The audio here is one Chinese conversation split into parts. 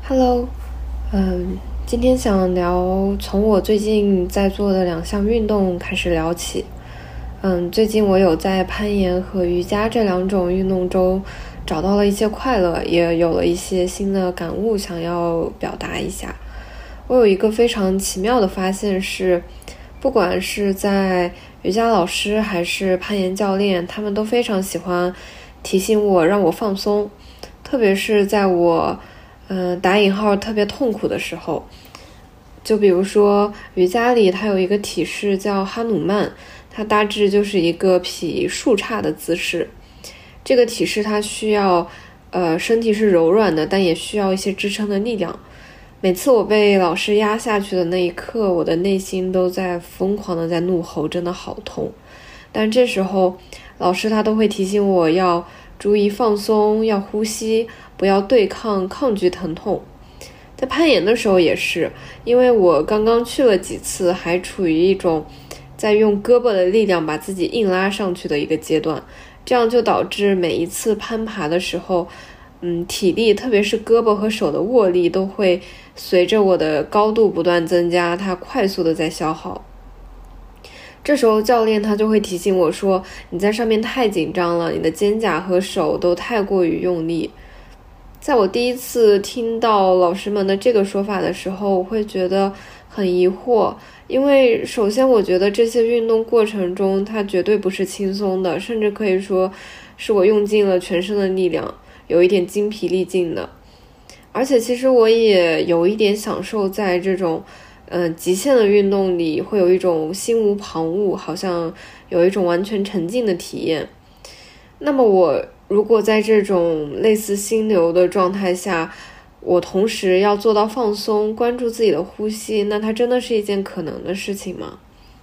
Hello，今天想聊从我最近在做的2项运动开始聊起。最近我有在攀岩和瑜伽这2种运动中找到了一些快乐，也有了一些新的感悟想要表达一下。我有一个非常奇妙的发现是，不管是在瑜伽老师还是攀岩教练，他们都非常喜欢提醒我让我放松，特别是在我打引号特别痛苦的时候。就比如说瑜伽里它有一个体式叫哈努曼，它大致就是一个劈树杈的姿势。这个体式它需要身体是柔软的，但也需要一些支撑的力量。每次我被老师压下去的那一刻，我的内心都在疯狂的在怒吼，真的好痛。但这时候老师他都会提醒我要注意放松，要呼吸，不要对抗抗拒疼痛。在攀岩的时候也是，因为我刚刚去了几次，还处于一种在用胳膊的力量把自己硬拉上去的一个阶段，这样就导致每一次攀爬的时候体力特别是胳膊和手的握力都会随着我的高度不断增加，它快速的在消耗。这时候教练他就会提醒我说，你在上面太紧张了，你的肩胛和手都太过于用力。在我第一次听到老师们的这个说法的时候，我会觉得很疑惑，因为首先我觉得这些运动过程中它绝对不是轻松的，甚至可以说是我用尽了全身的力量，有一点精疲力尽的。而且其实我也有一点享受在这种极限的运动里，会有一种心无旁骛，好像有一种完全沉浸的体验。那么我如果在这种类似心流的状态下，我同时要做到放松，关注自己的呼吸，那它真的是一件可能的事情吗？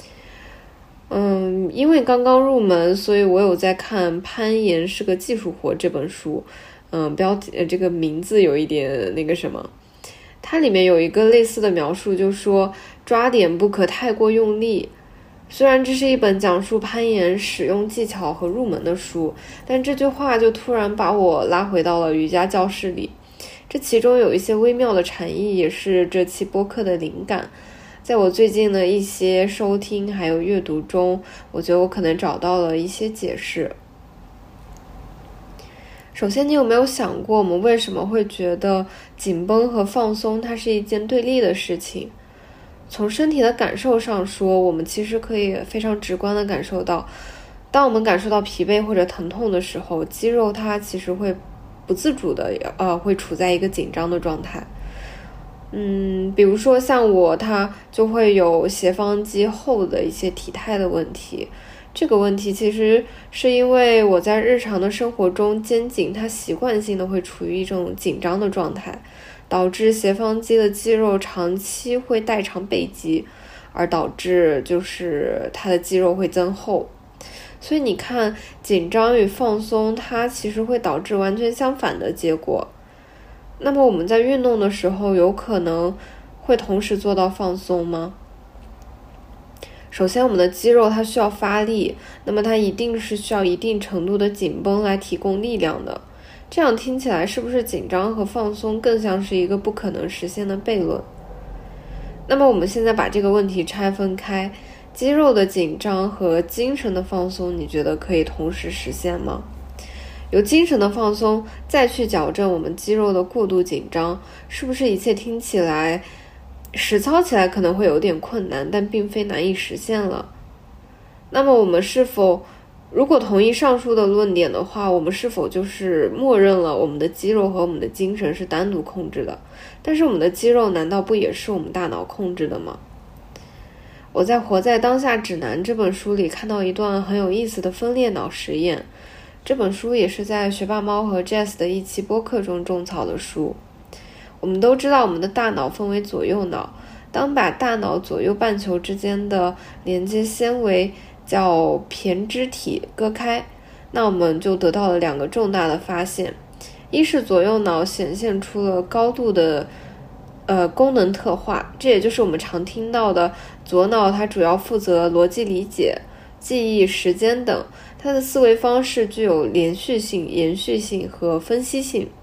因为刚刚入门，所以我有在看《攀岩是个技术活》这本书。标题这个名字有一点那个什么，它里面有一个类似的描述，就说抓点不可太过用力。虽然这是一本讲述攀岩使用技巧和入门的书，但这句话就突然把我拉回到了瑜伽教室里。这其中有一些微妙的禅意，也是这期播客的灵感。在我最近的一些收听还有阅读中，我觉得我可能找到了一些解释。首先，你有没有想过，我们为什么会觉得紧绷和放松它是一件对立的事情？从身体的感受上说，我们其实可以非常直观的感受到，当我们感受到疲惫或者疼痛的时候，肌肉它其实会不自主的会处在一个紧张的状态。比如说像我，它就会有斜方肌后的一些体态的问题。这个问题其实是因为我在日常的生活中，肩颈它习惯性的会处于一种紧张的状态，导致斜方肌的肌肉长期会代偿背肌，而导致就是它的肌肉会增厚。所以你看，紧张与放松它其实会导致完全相反的结果。那么我们在运动的时候有可能会同时做到放松吗？首先我们的肌肉它需要发力，那么它一定是需要一定程度的紧绷来提供力量的。这样听起来是不是紧张和放松更像是一个不可能实现的悖论？那么我们现在把这个问题拆分开，肌肉的紧张和精神的放松，你觉得可以同时实现吗？由精神的放松再去矫正我们肌肉的过度紧张，是不是一切听起来实操起来可能会有点困难，但并非难以实现了？那么我们如果同意上述的论点的话，我们是否就是默认了我们的肌肉和我们的精神是单独控制的？但是我们的肌肉难道不也是我们大脑控制的吗？我在《活在当下指南》这本书里看到一段很有意思的分裂脑实验。这本书也是在学霸猫和 Jess 的一期播客中种草的书。我们都知道我们的大脑分为左右脑，当把大脑左右半球之间的连接纤维叫胼胝体割开，那我们就得到了2个重大的发现。一是左右脑显现出了高度的功能特化，这也就是我们常听到的左脑它主要负责逻辑理解、记忆、时间等，它的思维方式具有连续性、延续性和分析性，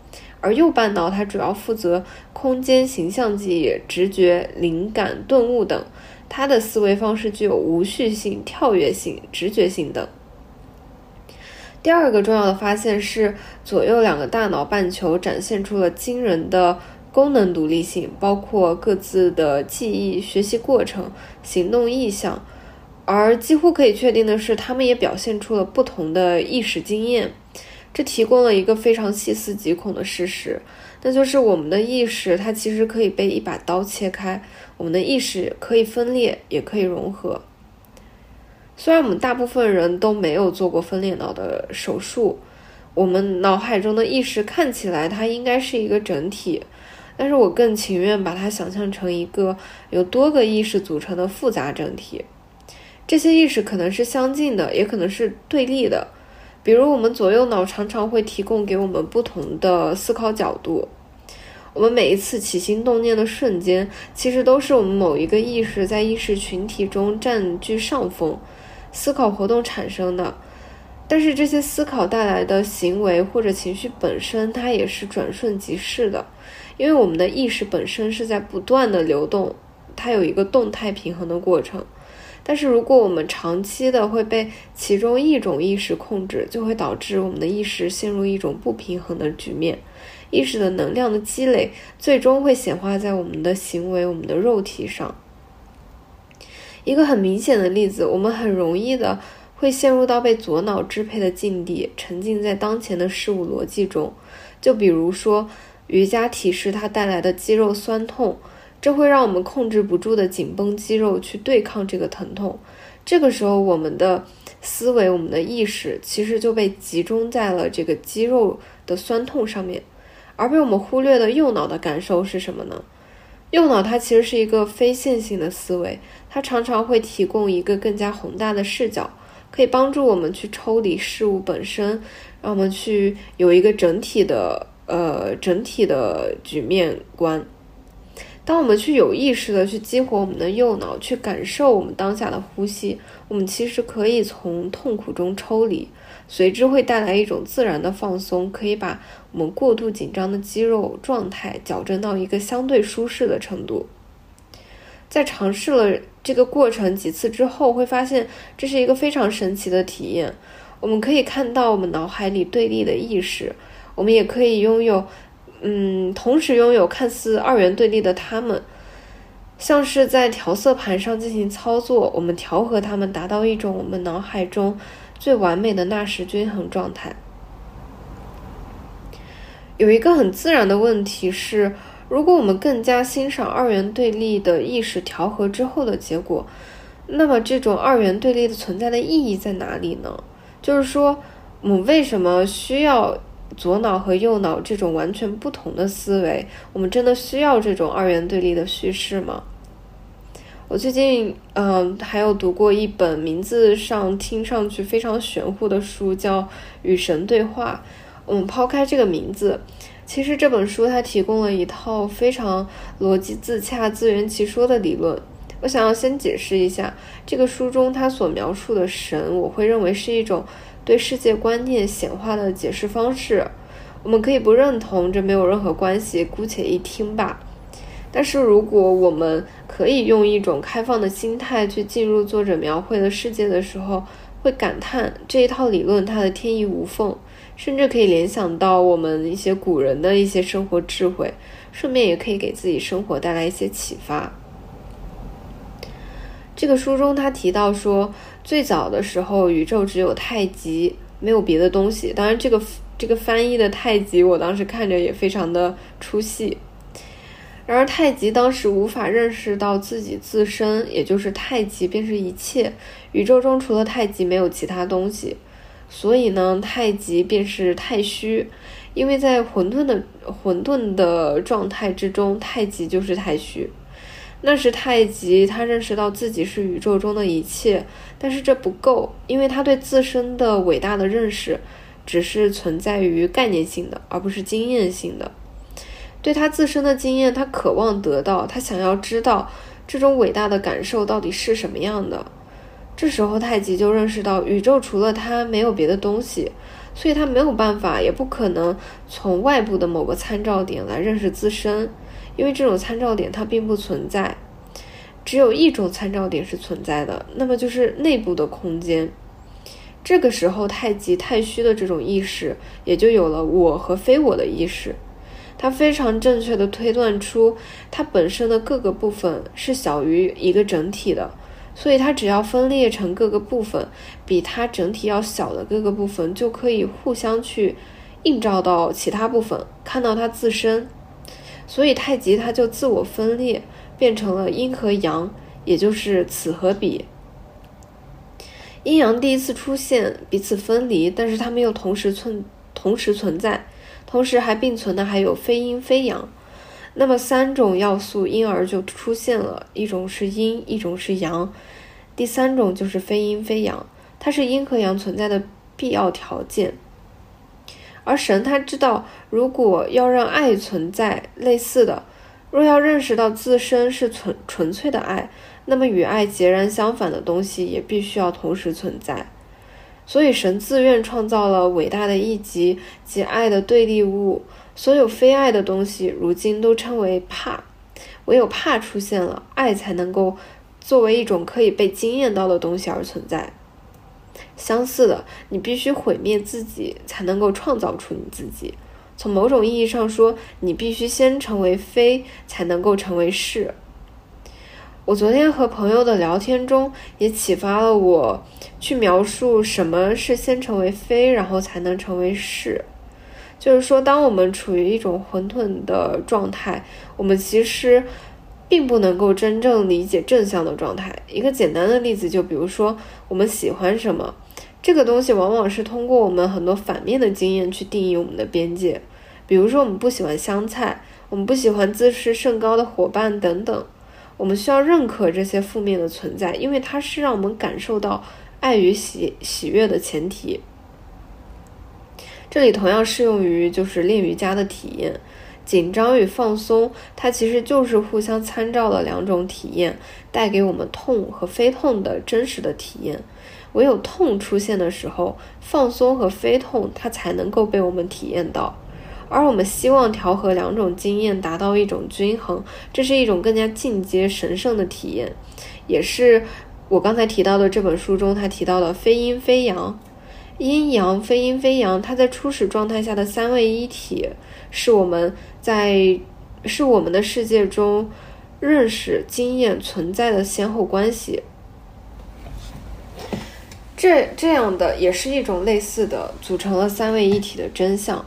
而右半脑它主要负责空间形象记忆、直觉、灵感、顿悟等，它的思维方式具有无序性、跳跃性、直觉性等。第二个重要的发现是，左右两个大脑半球展现出了惊人的功能独立性，包括各自的记忆、学习过程、行动意向，而几乎可以确定的是，它们也表现出了不同的意识经验。这提供了一个非常细思极恐的事实，那就是我们的意识它其实可以被一把刀切开，我们的意识可以分裂，也可以融合。虽然我们大部分人都没有做过分裂脑的手术，我们脑海中的意识看起来它应该是一个整体，但是我更情愿把它想象成一个由多个意识组成的复杂整体。这些意识可能是相近的，也可能是对立的。比如我们左右脑常常会提供给我们不同的思考角度，我们每一次起心动念的瞬间，其实都是我们某一个意识在意识群体中占据上风，思考活动产生的。但是这些思考带来的行为或者情绪本身，它也是转瞬即逝的，因为我们的意识本身是在不断的流动，它有一个动态平衡的过程。但是如果我们长期的会被其中一种意识控制，就会导致我们的意识陷入一种不平衡的局面，意识的能量的积累最终会显化在我们的行为、我们的肉体上。一个很明显的例子，我们很容易的会陷入到被左脑支配的境地，沉浸在当前的事物逻辑中。就比如说瑜伽体式它带来的肌肉酸痛，这会让我们控制不住的紧绷肌肉去对抗这个疼痛。这个时候我们的思维、我们的意识其实就被集中在了这个肌肉的酸痛上面。而被我们忽略的右脑的感受是什么呢？右脑它其实是一个非线性的思维，它常常会提供一个更加宏大的视角，可以帮助我们去抽离事物本身，让我们去有一个整体的局面观。当我们去有意识的去激活我们的右脑，去感受我们当下的呼吸，我们其实可以从痛苦中抽离，随之会带来一种自然的放松，可以把我们过度紧张的肌肉状态矫正到一个相对舒适的程度。在尝试了这个过程几次之后，会发现这是一个非常神奇的体验。我们可以看到我们脑海里对立的意识，我们也可以同时拥有看似二元对立的它们，像是在调色盘上进行操作，我们调和它们，达到一种我们脑海中最完美的纳什均衡状态。有一个很自然的问题是，如果我们更加欣赏二元对立的意识调和之后的结果，那么这种二元对立的存在的意义在哪里呢？就是说，我们为什么需要左脑和右脑这种完全不同的思维？我们真的需要这种二元对立的叙事吗？我最近还有读过一本名字上听上去非常玄乎的书，叫《与神对话》。我们抛开这个名字，其实这本书它提供了一套非常逻辑自洽、自圆其说的理论。我想要先解释一下，这个书中它所描述的神，我会认为是一种对世界观念显化的解释方式。我们可以不认同，这没有任何关系，姑且一听吧。但是如果我们可以用一种开放的心态去进入作者描绘的世界的时候，会感叹这一套理论它的天衣无缝，甚至可以联想到我们一些古人的一些生活智慧，顺便也可以给自己生活带来一些启发。这个书中他提到说，最早的时候宇宙只有太极，没有别的东西。当然这个翻译的太极我当时看着也非常的出戏。然而太极当时无法认识到自己自身，也就是太极便是一切，宇宙中除了太极没有其他东西。所以呢，太极便是太虚，因为在混沌的状态之中，太极就是太虚。那时太极他认识到自己是宇宙中的一切，但是这不够，因为他对自身的伟大的认识只是存在于概念性的，而不是经验性的。对他自身的经验，他渴望得到，他想要知道这种伟大的感受到底是什么样的。这时候太极就认识到宇宙除了他没有别的东西， 所以它没有办法，也不可能从外部的某个参照点来认识自身，因为这种参照点它并不存在。只有一种参照点是存在的，那么就是内部的空间。这个时候太极太虚的这种意识也就有了我和非我的意识，它非常正确地推断出它本身的各个部分是小于一个整体的，所以它只要分裂成各个部分，比它整体要小的各个部分就可以互相去映照到其他部分，看到它自身。所以太极它就自我分裂，变成了阴和阳，也就是此和彼。阴阳第一次出现，彼此分离，但是它们又同时存在，同时还并存的还有非阴非阳。那么三种要素因而就出现了，一种是阴，一种是阳，第三种就是非阴非阳，它是阴和阳存在的必要条件。而神他知道，如果要让爱存在，类似的，若要认识到自身是纯粹的爱，那么与爱截然相反的东西也必须要同时存在。所以神自愿创造了伟大的一极及爱的对立物，所有非爱的东西如今都称为怕，唯有怕出现了，爱才能够作为一种可以被经验到的东西而存在。相似的，你必须毁灭自己才能够创造出你自己。从某种意义上说，你必须先成为非才能够成为是。我昨天和朋友的聊天中也启发了我去描述什么是先成为非然后才能成为是。就是说，当我们处于一种混沌的状态，我们其实并不能够真正理解正向的状态。一个简单的例子，就比如说我们喜欢什么，这个东西往往是通过我们很多反面的经验去定义我们的边界。比如说我们不喜欢香菜，我们不喜欢自视甚高的伙伴等等，我们需要认可这些负面的存在，因为它是让我们感受到爱与喜悦的前提。这里同样适用于就是练瑜伽的体验，紧张与放松，它其实就是互相参照了两种体验，带给我们痛和非痛的真实的体验。唯有痛出现的时候，放松和非痛它才能够被我们体验到。而我们希望调和两种经验，达到一种均衡，这是一种更加进阶神圣的体验，也是我刚才提到的这本书中他提到的非阴非阳。阴阳非阴非阳，它在初始状态下的三位一体，是我们的世界中认识经验存在的先后关系。这样的也是一种类似的组成了三位一体的真相。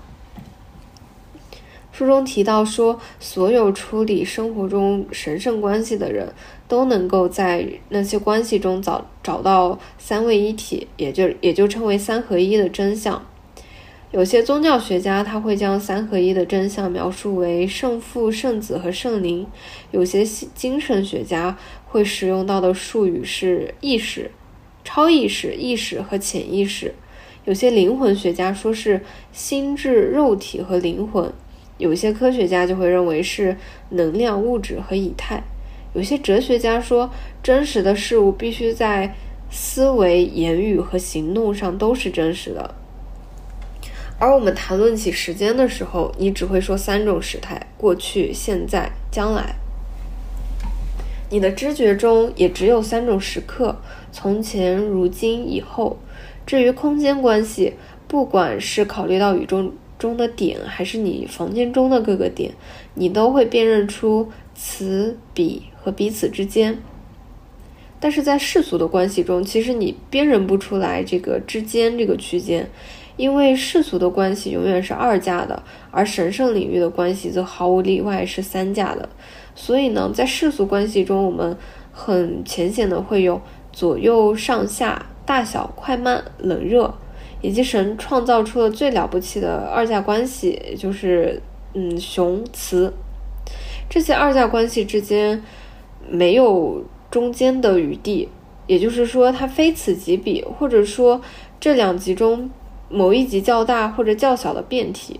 书中提到说，所有处理生活中神圣关系的人都能够在那些关系中找到三位一体，也就称为三合一的真相。有些宗教学家他会将三合一的真相描述为圣父、圣子和圣灵，有些精神学家会使用到的术语是意识、超意识、意识和潜意识，有些灵魂学家说是心智、肉体和灵魂，有些科学家就会认为是能量、物质和以太，有些哲学家说真实的事物必须在思维、言语和行动上都是真实的。而我们谈论起时间的时候，你只会说三种时态：过去、现在、将来。你的知觉中也只有三种时刻：从前、如今、以后。至于空间关系，不管是考虑到宇宙中的点，还是你房间中的各个点，你都会辨认出此、彼和彼此之间。但是在世俗的关系中，其实你辨认不出来这个之间这个区间，因为世俗的关系永远是二价的，而神圣领域的关系则毫无例外是三价的。所以呢，在世俗关系中，我们很浅显的会有左右上下、大小、快慢、冷热，以及神创造出了最了不起的二价关系，也就是雄雌。这些二价关系之间没有中间的余地，也就是说它非此即彼，或者说这两极中某一极较大或者较小的变体。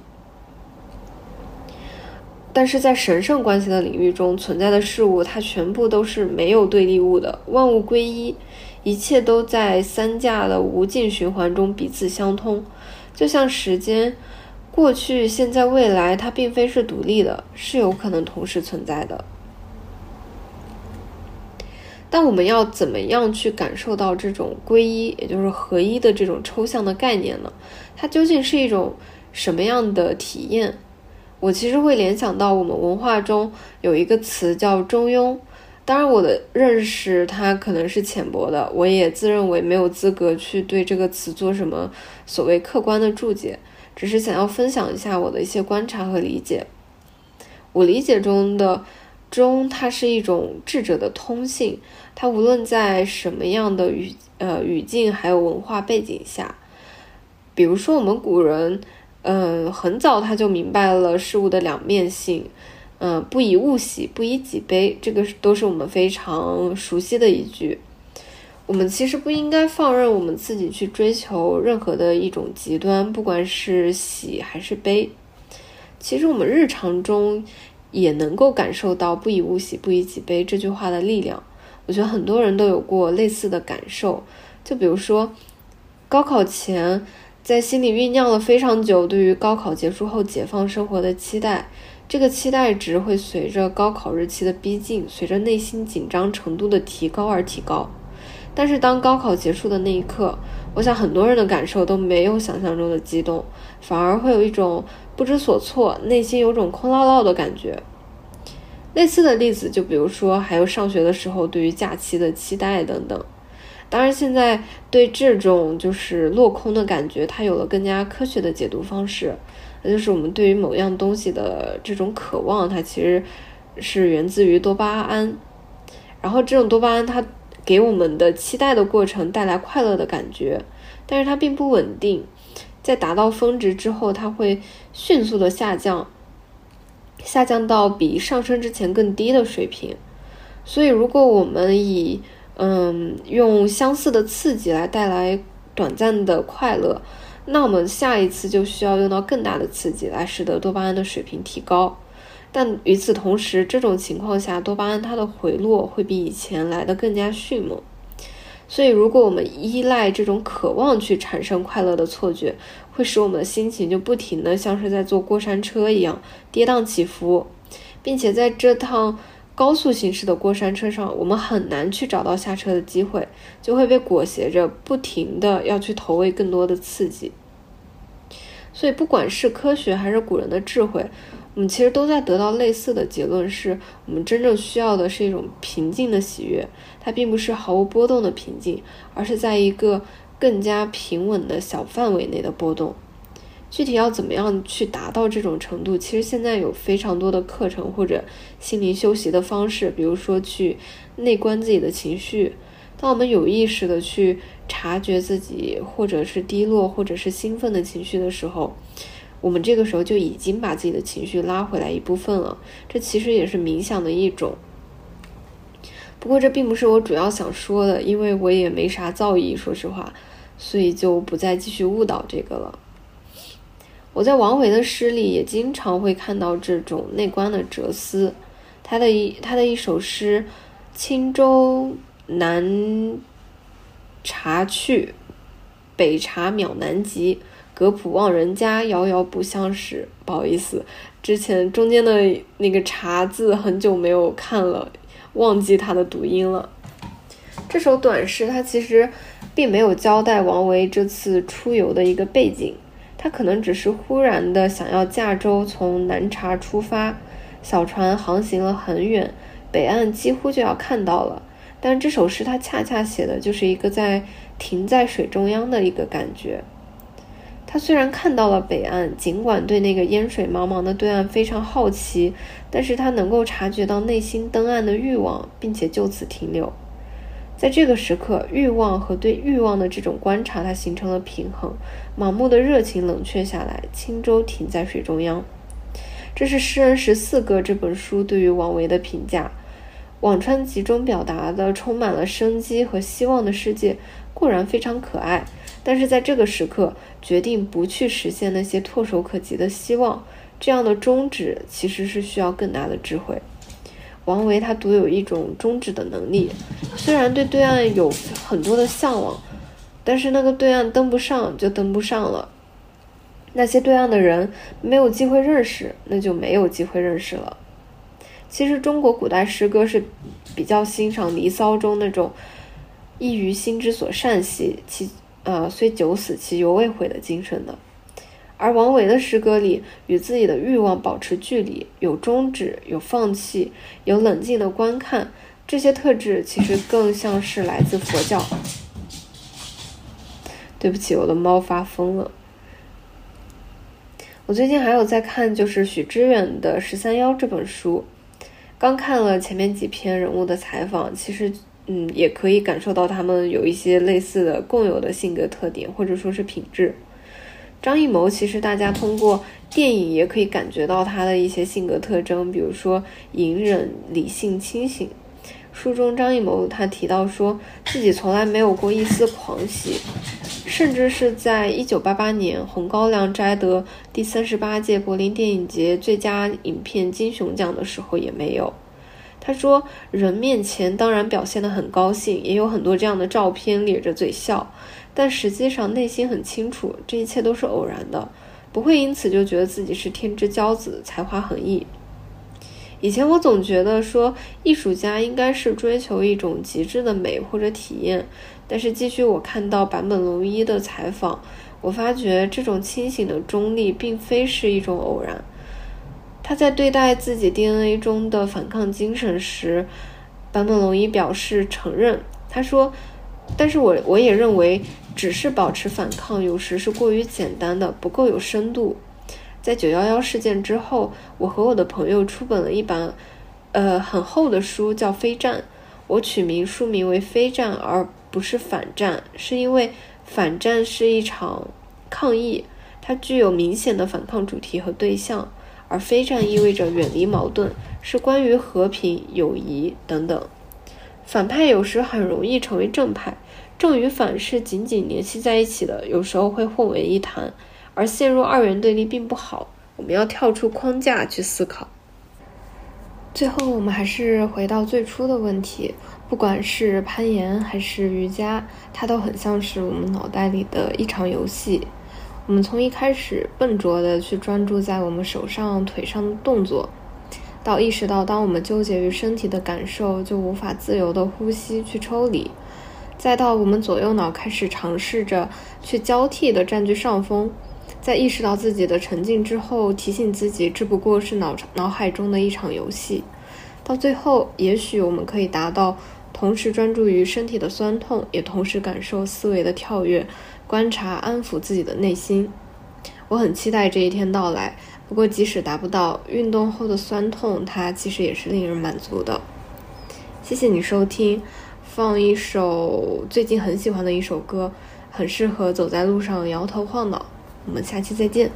但是在神圣关系的领域中存在的事物，它全部都是没有对立物的，万物归一，一切都在三价的无尽循环中彼此相通。 就像时间，过去、现在、未来，它并非是独立的，是有可能同时存在的。但我们要怎么样去感受到这种归一，也就是合一的这种抽象的概念呢？它究竟是一种什么样的体验？我其实会联想到我们文化中有一个词叫中庸，当然我的认识它可能是浅薄的，我也自认为没有资格去对这个词做什么所谓客观的注解，只是想要分享一下我的一些观察和理解。我理解中的中，它是一种智者的通性，它无论在什么样的语境还有文化背景下，比如说我们古人很早他就明白了事物的两面性，不以物喜，不以己悲，这个都是我们非常熟悉的一句。我们其实不应该放任我们自己去追求任何的一种极端，不管是喜还是悲。其实我们日常中也能够感受到不以物喜，不以己悲这句话的力量。我觉得很多人都有过类似的感受，就比如说高考前在心里酝酿了非常久对于高考结束后解放生活的期待，这个期待值会随着高考日期的逼近，随着内心紧张程度的提高而提高。但是当高考结束的那一刻，我想很多人的感受都没有想象中的激动，反而会有一种不知所措，内心有种空落落的感觉。类似的例子就比如说还有上学的时候对于假期的期待等等。当然现在对这种就是落空的感觉，它有了更加科学的解读方式，那就是我们对于某样东西的这种渴望，它其实是源自于多巴胺，然后这种多巴胺它给我们的期待的过程带来快乐的感觉，但是它并不稳定，在达到峰值之后，它会迅速的下降到比上升之前更低的水平。所以如果我们以用相似的刺激来带来短暂的快乐，那我们下一次就需要用到更大的刺激来使得多巴胺的水平提高。但与此同时，这种情况下多巴胺它的回落会比以前来得更加迅猛。所以如果我们依赖这种渴望去产生快乐的错觉，会使我们的心情就不停的像是在坐过山车一样跌宕起伏，并且在这趟高速行驶的过山车上，我们很难去找到下车的机会，就会被裹挟着不停的要去投喂更多的刺激。所以不管是科学还是古人的智慧，我们其实都在得到类似的结论，是我们真正需要的是一种平静的喜悦，它并不是毫无波动的平静，而是在一个更加平稳的小范围内的波动。具体要怎么样去达到这种程度，其实现在有非常多的课程或者心灵修习的方式，比如说去内观自己的情绪。当我们有意识的去察觉自己或者是低落或者是兴奋的情绪的时候，我们这个时候就已经把自己的情绪拉回来一部分了，这其实也是冥想的一种。不过这并不是我主要想说的，因为我也没啥造诣，说实话，所以就不再继续误导这个了。我在王维的诗里也经常会看到这种内观的哲思。他的一首诗，轻舟难察去，北察渺难及，隔浦望人家，遥遥不相识。不好意思，之前中间的那个察字很久没有看了，忘记它的读音了。这首短诗它其实并没有交代王维这次出游的一个背景，他可能只是忽然的想要驾舟从南察出发，小船航行了很远，北岸几乎就要看到了，但这首诗它恰恰写的就是一个停在水中央的一个感觉。他虽然看到了北岸，尽管对那个烟水茫茫的对岸非常好奇，但是他能够察觉到内心登岸的欲望，并且就此停留。在这个时刻，欲望和对欲望的这种观察它形成了平衡，盲目的热情冷却下来，轻舟停在水中央。这是诗人14个这本书对于王维的评价。辋川集中表达的充满了生机和希望的世界固然非常可爱，但是在这个时刻决定不去实现那些唾手可及的希望，这样的终止其实是需要更大的智慧。王维他独有一种终止的能力，虽然对对岸有很多的向往，但是那个对岸登不上就登不上了。 那些对岸的人没有机会认识，那就没有机会认识了。其实中国古代诗歌是比较欣赏《离骚》中那种异于心之所善兮，虽九死其犹未悔的精神的。而王维的诗歌里，与自己的欲望保持距离，有终止，有放弃，有冷静的观看，这些特质其实更像是来自佛教。对不起，我的猫发疯了。我最近还有在看就是许知远的《13邀》这本书，刚看了前面几篇人物的采访，其实也可以感受到他们有一些类似的共有的性格特点，或者说是品质。张艺谋其实大家通过电影也可以感觉到他的一些性格特征，比如说隐忍、理性、清醒。书中张艺谋他提到说自己从来没有过一丝狂喜，甚至是在1988年《红高粱》摘得第38届柏林电影节最佳影片金熊奖的时候也没有。他说人面前当然表现得很高兴，也有很多这样的照片咧着嘴笑，但实际上内心很清楚这一切都是偶然的，不会因此就觉得自己是天之骄子，才华横溢。以前我总觉得说艺术家应该是追求一种极致的美或者体验，但是继续我看到坂本龙一的采访，我发觉这种清醒的中立并非是一种偶然。他在对待自己 DNA 中的反抗精神时，坂本龙一表示承认，他说但是我也认为只是保持反抗有时是过于简单的，不够有深度。在911事件之后，我和我的朋友出版了一版很厚的书叫《非战》，我书名为《非战》而不是反战，是因为反战是一场抗议，它具有明显的反抗主题和对象，而非战意味着远离矛盾，是关于和平、友谊等等。反派有时很容易成为正派，正与反是紧紧联系在一起的，有时候会混为一谈，而陷入二元对立并不好，我们要跳出框架去思考。最后我们还是回到最初的问题，不管是攀岩还是瑜伽，它都很像是我们脑袋里的一场游戏。我们从一开始笨拙地去专注在我们手上腿上的动作，到意识到当我们纠结于身体的感受就无法自由的呼吸去抽离，再到我们左右脑开始尝试着去交替的占据上风，在意识到自己的沉浸之后提醒自己这不过是脑海中的一场游戏，到最后也许我们可以达到同时专注于身体的酸痛，也同时感受思维的跳跃，观察安抚自己的内心。我很期待这一天到来，不过即使达不到，运动后的酸痛它其实也是令人满足的。谢谢你收听，放一首最近很喜欢的一首歌，很适合走在路上摇头晃脑。我们下期再见。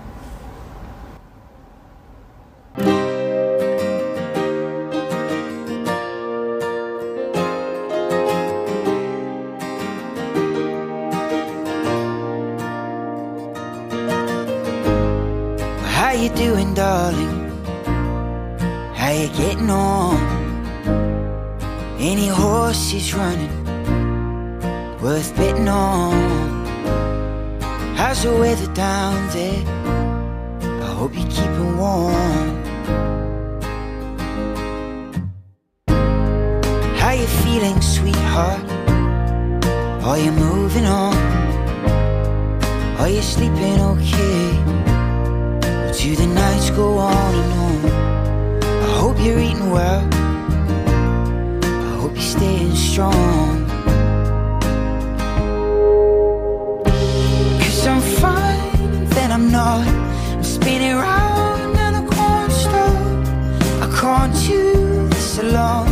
How you doing, darling? How you getting on? Any horses running worth betting on? How's the weather down there? I hope you're keeping warm. How you feeling, sweetheart? Are you moving on? Are you sleeping okay?Do the nights go on and on? I hope you're eating well, I hope you're staying strong. 'Cause I'm fine, then I'm not. I'm spinning round and I can't stop. I can't do this alone.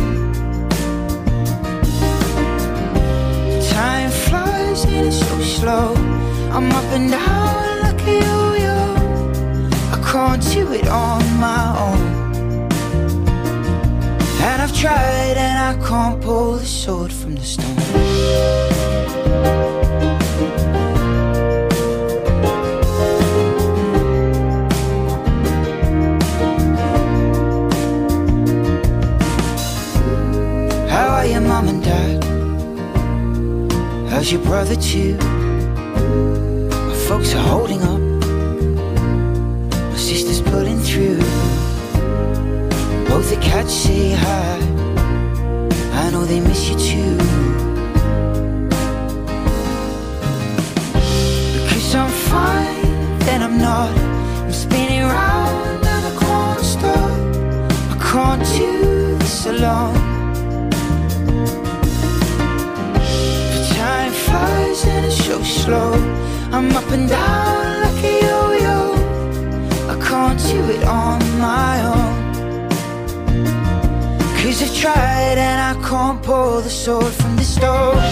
Time flies and it's so slow. I'm up and down like a yo-yo.Can't do it on my own. And I've tried and I can't pull the sword from the stone. How are your mom and dad? How's your brother too? My folks are holding up, through. Both the cats say hi, I know they miss you too. Because I'm fine, then I'm not. I'm spinning round and I can't stop. I can't do this alone. But time flies and it's so slow. I'm up and down like a yo-yo. I can't do it on my own. 'Cause I've tried and I can't pull the sword from the stone.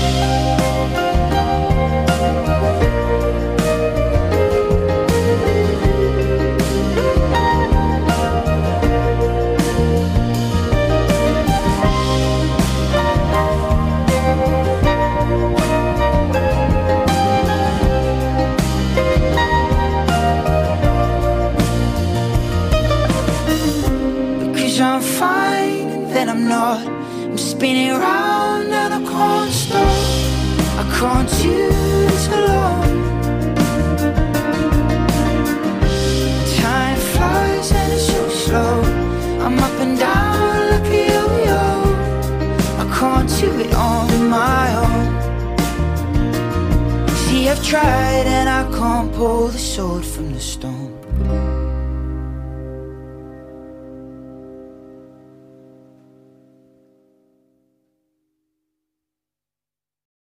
I'm fine, then I'm not. I'm spinning round and I can't stop. I can't do this alone. Time flies and it's so slow. I'm up and down like a yo-yo. I can't do it on my own. See, I've tried and I can't pull the sword from the stone.